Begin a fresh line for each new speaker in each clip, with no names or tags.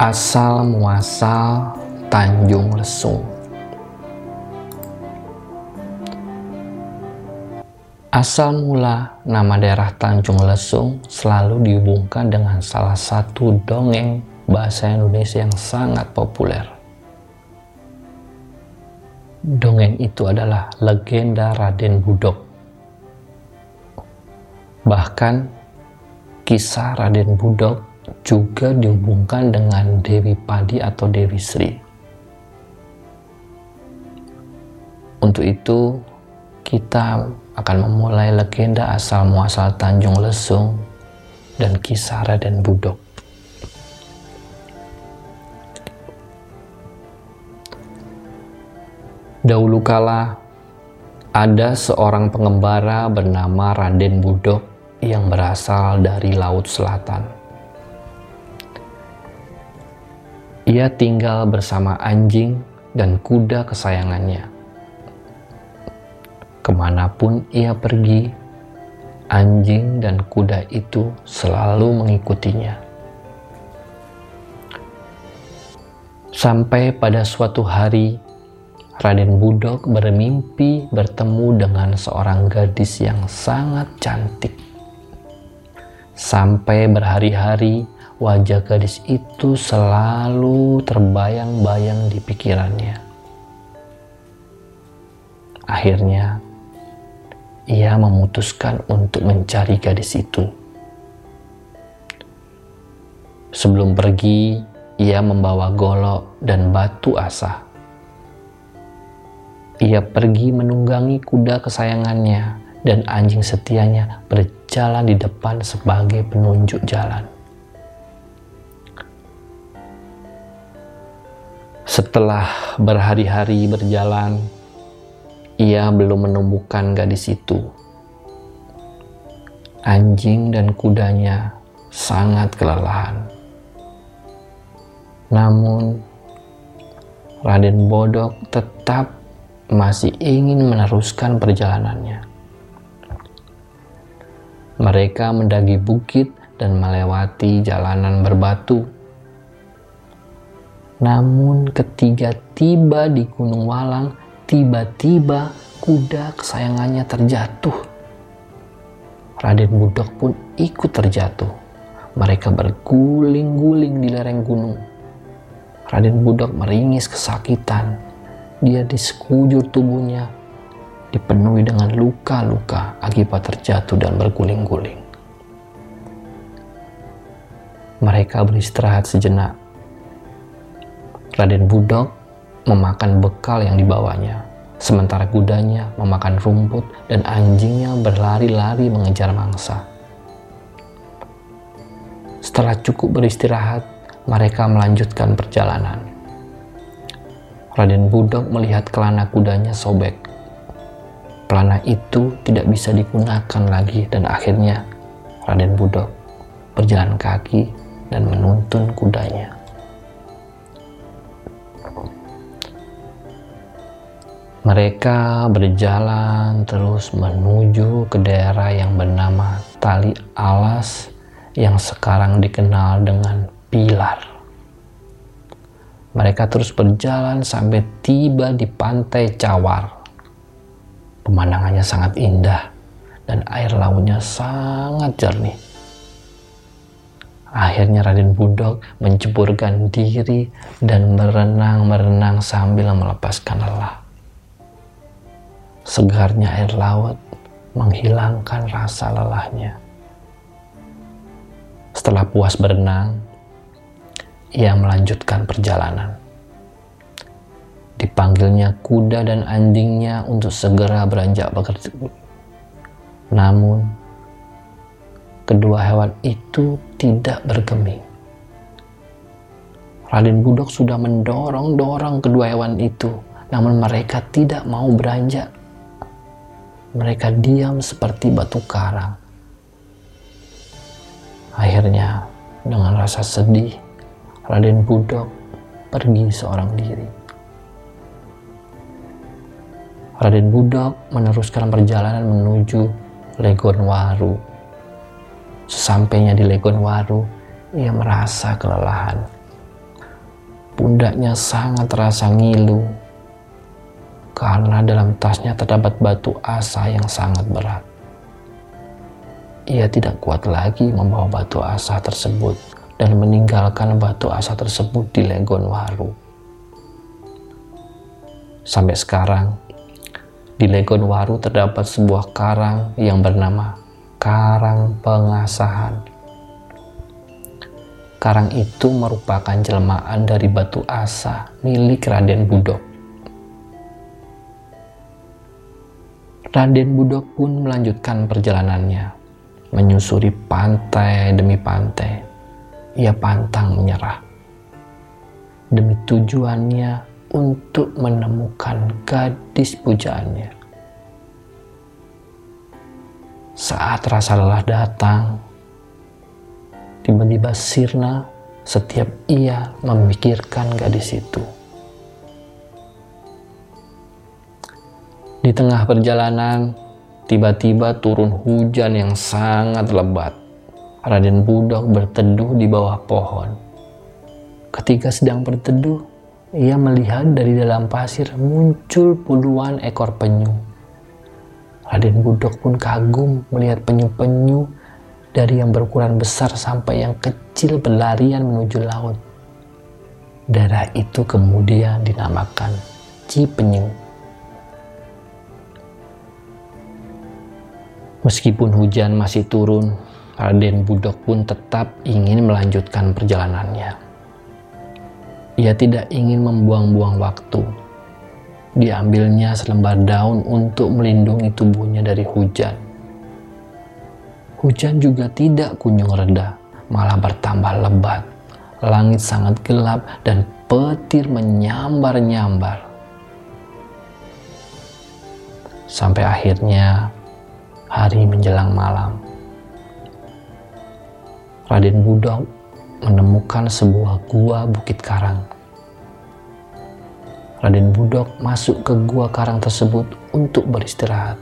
Asal muasal Tanjung Lesung. Asal mula nama daerah Tanjung Lesung selalu dihubungkan dengan salah satu dongeng bahasa Indonesia yang sangat populer. Dongeng itu adalah legenda Raden Budok. Bahkan kisah Raden Budok juga dihubungkan dengan Dewi Padi atau Dewi Sri. Untuk itu, kita akan memulai legenda asal muasal Tanjung Lesung dan kisah Raden Budok. Dahulu kala, ada seorang pengembara bernama Raden Budok yang berasal dari Laut Selatan. Ia tinggal bersama anjing dan kuda kesayangannya. Kemanapun ia pergi, anjing dan kuda itu selalu mengikutinya. Sampai pada suatu hari, Raden Budok bermimpi bertemu dengan seorang gadis yang sangat cantik. Sampai berhari-hari, wajah gadis itu selalu terbayang-bayang di pikirannya. Akhirnya, ia memutuskan untuk mencari gadis itu. Sebelum pergi, ia membawa golok dan batu asa. Ia pergi menunggangi kuda kesayangannya dan anjing setianya berjalan di depan sebagai penunjuk jalan. Setelah berhari-hari berjalan, ia belum menemukan gadis itu. Anjing dan kudanya sangat kelelahan. Namun, Raden Budok tetap masih ingin meneruskan perjalanannya. Mereka mendaki bukit dan melewati jalanan berbatu. Namun ketika tiba di Gunung Walang, tiba-tiba kuda kesayangannya terjatuh. Raden Budok pun ikut terjatuh. Mereka berguling-guling di lereng gunung. Raden Budok meringis kesakitan. Dia di sekujur tubuhnya dipenuhi dengan luka-luka akibat terjatuh dan berguling-guling. Mereka beristirahat sejenak. Raden Budok memakan bekal yang dibawanya, sementara kudanya memakan rumput dan anjingnya berlari-lari mengejar mangsa. Setelah cukup beristirahat, mereka melanjutkan perjalanan. Raden Budok melihat kelana kudanya sobek. Pelana itu tidak bisa digunakan lagi dan akhirnya Raden Budok berjalan kaki dan menuntun kudanya. Mereka berjalan terus menuju ke daerah yang bernama Tali Alas yang sekarang dikenal dengan Pilar. Mereka terus berjalan sampai tiba di Pantai Cawar. Pemandangannya sangat indah dan air lautnya sangat jernih. Akhirnya Raden Budok menceburkan diri dan berenang-berenang sambil melepaskan lelah. Segarnya air laut menghilangkan rasa lelahnya. Setelah puas berenang, ia melanjutkan perjalanan. Dipanggilnya kuda dan anjingnya untuk segera beranjak bekerja. Namun, kedua hewan itu tidak bergeming. Raden Budok sudah mendorong-dorong kedua hewan itu, namun mereka tidak mau beranjak. Mereka diam seperti batu karang. Akhirnya, dengan rasa sedih, Raden Budok pergi seorang diri. Raden Budok meneruskan perjalanan menuju Legonwaru. Sesampainya di Legonwaru, ia merasa kelelahan. Pundaknya sangat terasa ngilu karena dalam tasnya terdapat batu asa yang sangat berat. Ia tidak kuat lagi membawa batu asa tersebut dan meninggalkan batu asa tersebut di Legon Waru. Sampai sekarang, di Legon Waru terdapat sebuah karang yang bernama Karang Pengasahan. Karang itu merupakan jelmaan dari batu asa milik Raden Budok. Raden Budok pun melanjutkan perjalanannya. Menyusuri pantai demi pantai, ia pantang menyerah. Demi tujuannya untuk menemukan gadis pujaannya. Saat rasa lelah datang, tiba-tiba sirna setiap ia memikirkan gadis itu. Di tengah perjalanan, tiba-tiba turun hujan yang sangat lebat. Raden Budok berteduh di bawah pohon. Ketika sedang berteduh, ia melihat dari dalam pasir muncul puluhan ekor penyu. Raden Budok pun kagum melihat penyu-penyu dari yang berukuran besar sampai yang kecil berlarian menuju laut. Daerah itu kemudian dinamakan Cipenyu. Meskipun hujan masih turun, Raden Budok pun tetap ingin melanjutkan perjalanannya. Ia tidak ingin membuang-buang waktu. Diambilnya selembar daun untuk melindungi tubuhnya dari hujan. Hujan juga tidak kunjung reda, malah bertambah lebat. Langit sangat gelap dan petir menyambar-nyambar. Sampai akhirnya hari menjelang malam. Raden Budok menemukan sebuah gua Bukit Karang. Raden Budok masuk ke gua karang tersebut untuk beristirahat.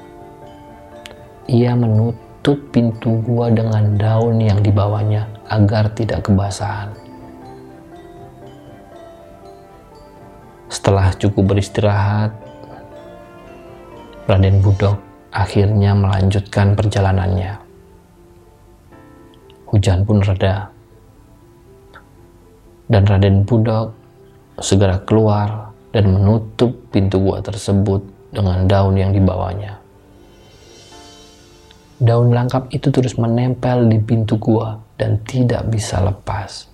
Ia menutup pintu gua dengan daun yang dibawanya agar tidak kebasahan. Setelah cukup beristirahat, Raden Budok akhirnya melanjutkan perjalanannya. Hujan pun reda, dan Raden Budok segera keluar dan menutup pintu gua tersebut dengan daun yang dibawanya. Daun langkap itu terus menempel di pintu gua dan tidak bisa lepas.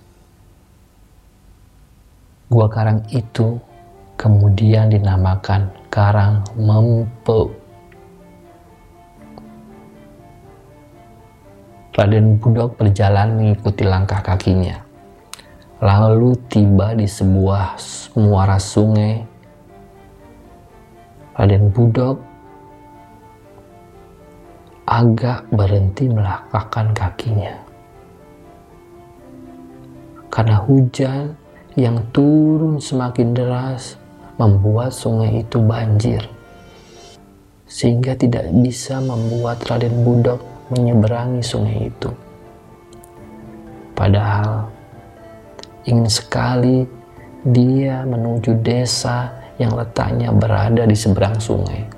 Gua karang itu kemudian dinamakan Karang Mempeu. Raden Budok berjalan mengikuti langkah kakinya. Lalu tiba di sebuah muara sungai. Raden Budok agak berhenti melangkahkan kakinya. Karena hujan yang turun semakin deras membuat sungai itu banjir. Sehingga tidak bisa membuat Raden Budok menyeberangi sungai itu. Padahal ingin sekali dia menuju desa yang letaknya berada di seberang sungai.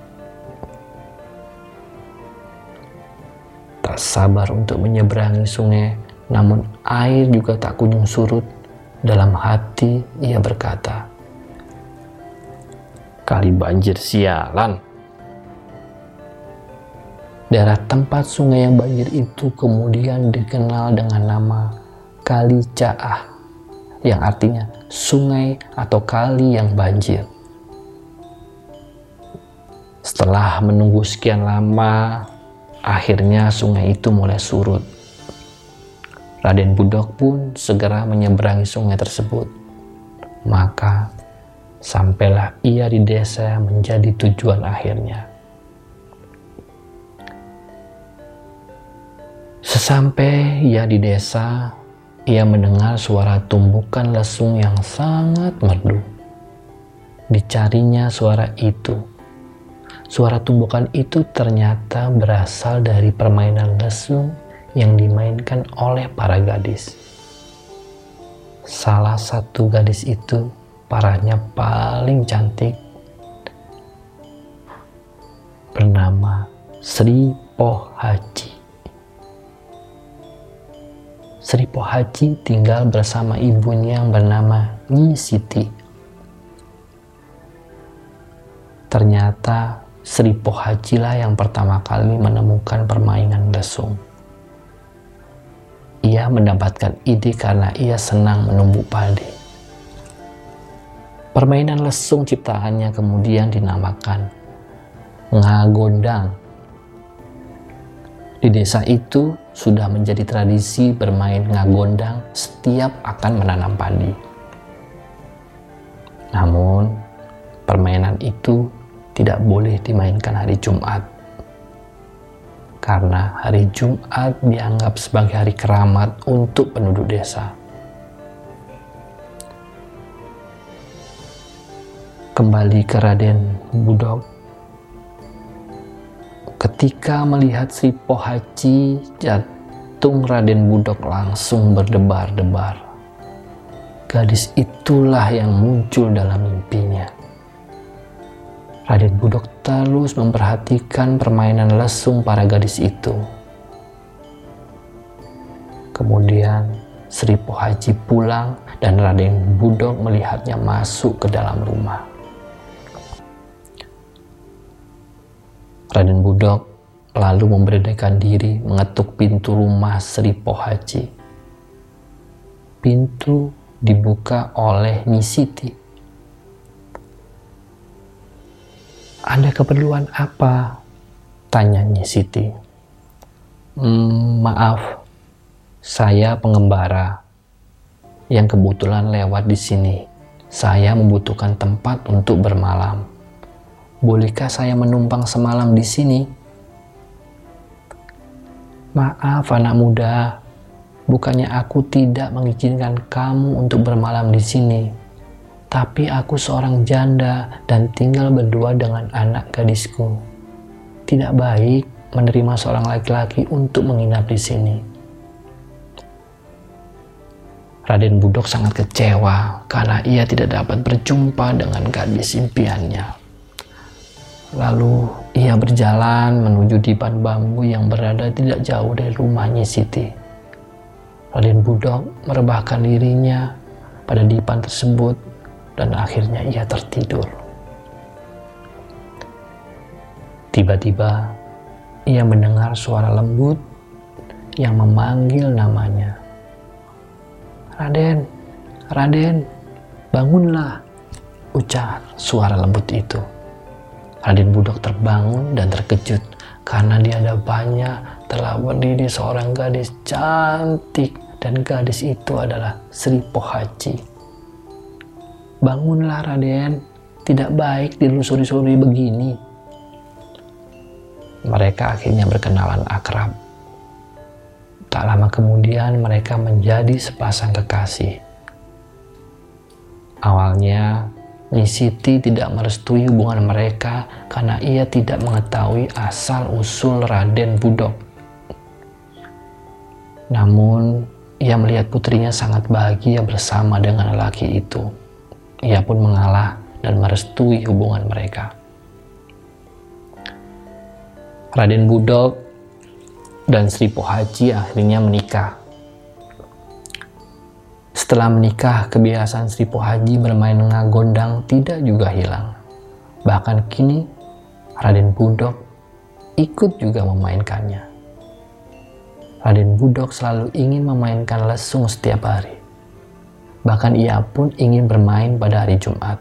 Tak sabar untuk menyeberangi sungai, namun air juga tak kunjung surut. Dalam hati ia berkata, "Kali banjir sialan." Daerah tempat sungai yang banjir itu kemudian dikenal dengan nama Kali Caah, yang artinya sungai atau kali yang banjir. Setelah menunggu sekian lama, akhirnya sungai itu mulai surut. Raden Budok pun segera menyeberangi sungai tersebut. Maka sampailah ia di desa yang menjadi tujuan akhirnya. Sesampai ia di desa, ia mendengar suara tumbukan lesung yang sangat merdu. Dicarinya suara itu. Suara tumbukan itu ternyata berasal dari permainan lesung yang dimainkan oleh para gadis. Salah satu gadis itu parahnya paling cantik, bernama Sri Pohaci. Sri Pohaci tinggal bersama ibunya yang bernama Nyi Siti. Ternyata Sri Pohaci lah yang pertama kali menemukan permainan lesung. Ia mendapatkan ide karena ia senang menumbuk padi. Permainan lesung ciptaannya kemudian dinamakan ngagondang. Di desa itu sudah menjadi tradisi bermain ngagondang setiap akan menanam padi. Namun, permainan itu tidak boleh dimainkan hari Jumat. Karena hari Jumat dianggap sebagai hari keramat untuk penduduk desa. Kembali ke Raden Budok. Ketika melihat Sri Pohaci, jantung Raden Budok langsung berdebar-debar. Gadis itulah yang muncul dalam mimpinya. Raden Budok terus memperhatikan permainan lesung para gadis itu. Kemudian Sri Pohaci pulang dan Raden Budok melihatnya masuk ke dalam rumah. Raden Budok lalu memberanikan diri mengetuk pintu rumah Sri Pohaci. Pintu dibuka oleh Nyi Siti. "Ada keperluan apa?" tanya Nyi Siti. Maaf, saya pengembara yang kebetulan lewat di sini. Saya membutuhkan tempat untuk bermalam. Bolehkah saya menumpang semalam di sini?" "Maaf anak muda, bukannya aku tidak mengizinkan kamu untuk bermalam di sini. Tapi aku seorang janda dan tinggal berdua dengan anak gadisku. Tidak baik menerima seorang laki-laki untuk menginap di sini." Raden Budok sangat kecewa karena ia tidak dapat berjumpa dengan gadis impiannya. Lalu ia berjalan menuju dipan bambu yang berada tidak jauh dari rumah Nyi Siti. Raden Budok merebahkan dirinya pada dipan tersebut dan akhirnya ia tertidur. Tiba-tiba ia mendengar suara lembut yang memanggil namanya. "Raden, Raden, bangunlah," ujar suara lembut itu. Raden Budok terbangun dan terkejut karena di hadapannya telah berdiri seorang gadis cantik dan gadis itu adalah Sri Pohaci. "Bangunlah Raden, tidak baik dilusuri-lusuri begini." Mereka akhirnya berkenalan akrab. Tak lama kemudian mereka menjadi sepasang kekasih. Awalnya Nyi Siti tidak merestui hubungan mereka karena ia tidak mengetahui asal-usul Raden Budok. Namun, ia melihat putrinya sangat bahagia bersama dengan lelaki itu. Ia pun mengalah dan merestui hubungan mereka. Raden Budok dan Sri Pohaci akhirnya menikah. Setelah menikah, kebiasaan Sri Pohaci bermain ngagondang tidak juga hilang. Bahkan kini, Raden Budok ikut juga memainkannya. Raden Budok selalu ingin memainkan lesung setiap hari. Bahkan ia pun ingin bermain pada hari Jumat.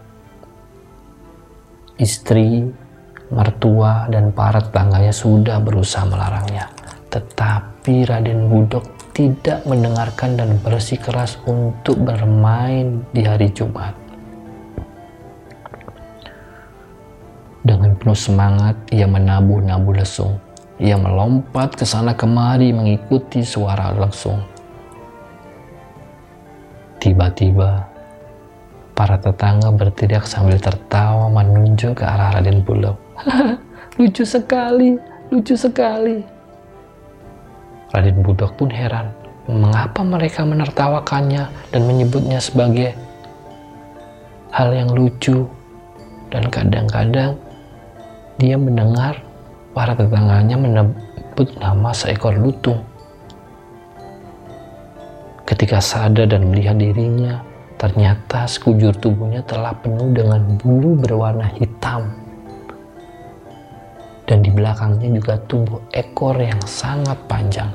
Istri, mertua, dan para tetangganya sudah berusaha melarangnya. Tetapi Raden Budok tidak mendengarkan dan bersikeras untuk bermain di hari Jumat. Dengan penuh semangat, ia menabuh-nabuh lesung. Ia melompat ke sana kemari mengikuti suara lesung. Tiba-tiba, para tetangga berteriak sambil tertawa menunjuk ke arah Raden Budok. "Lucu sekali, lucu sekali." Raden Budok pun heran mengapa mereka menertawakannya dan menyebutnya sebagai hal yang lucu. Dan kadang-kadang dia mendengar para tetangganya menyebut nama seekor lutung. Ketika sadar dan melihat dirinya, ternyata sekujur tubuhnya telah penuh dengan bulu berwarna hitam. Dan di belakangnya juga tumbuh ekor yang sangat panjang.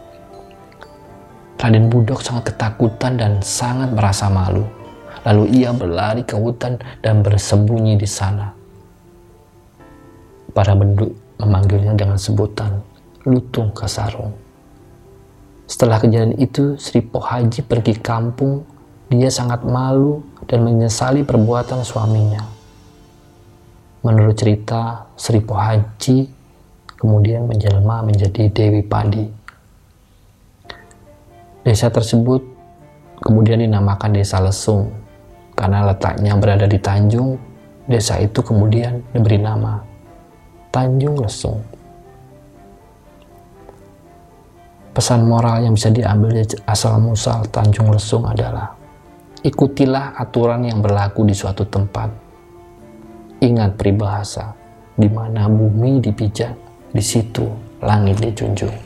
Raden Budok sangat ketakutan dan sangat merasa malu. Lalu ia berlari ke hutan dan bersembunyi di sana. Para penduduk memanggilnya dengan sebutan Lutung Kasarung. Setelah kejadian itu, Sri Poh Haji pergi kampung. Dia sangat malu dan menyesali perbuatan suaminya. Menurut cerita, Sri Poh Haji kemudian menjelma menjadi Dewi Padi. Desa tersebut kemudian dinamakan Desa Lesung. Karena letaknya berada di Tanjung, desa itu kemudian diberi nama Tanjung Lesung. Pesan moral yang bisa diambil dari asal musal Tanjung Lesung adalah: ikutilah aturan yang berlaku di suatu tempat. Ingat peribahasa, di mana bumi dipijak, di situ langit dijunjung.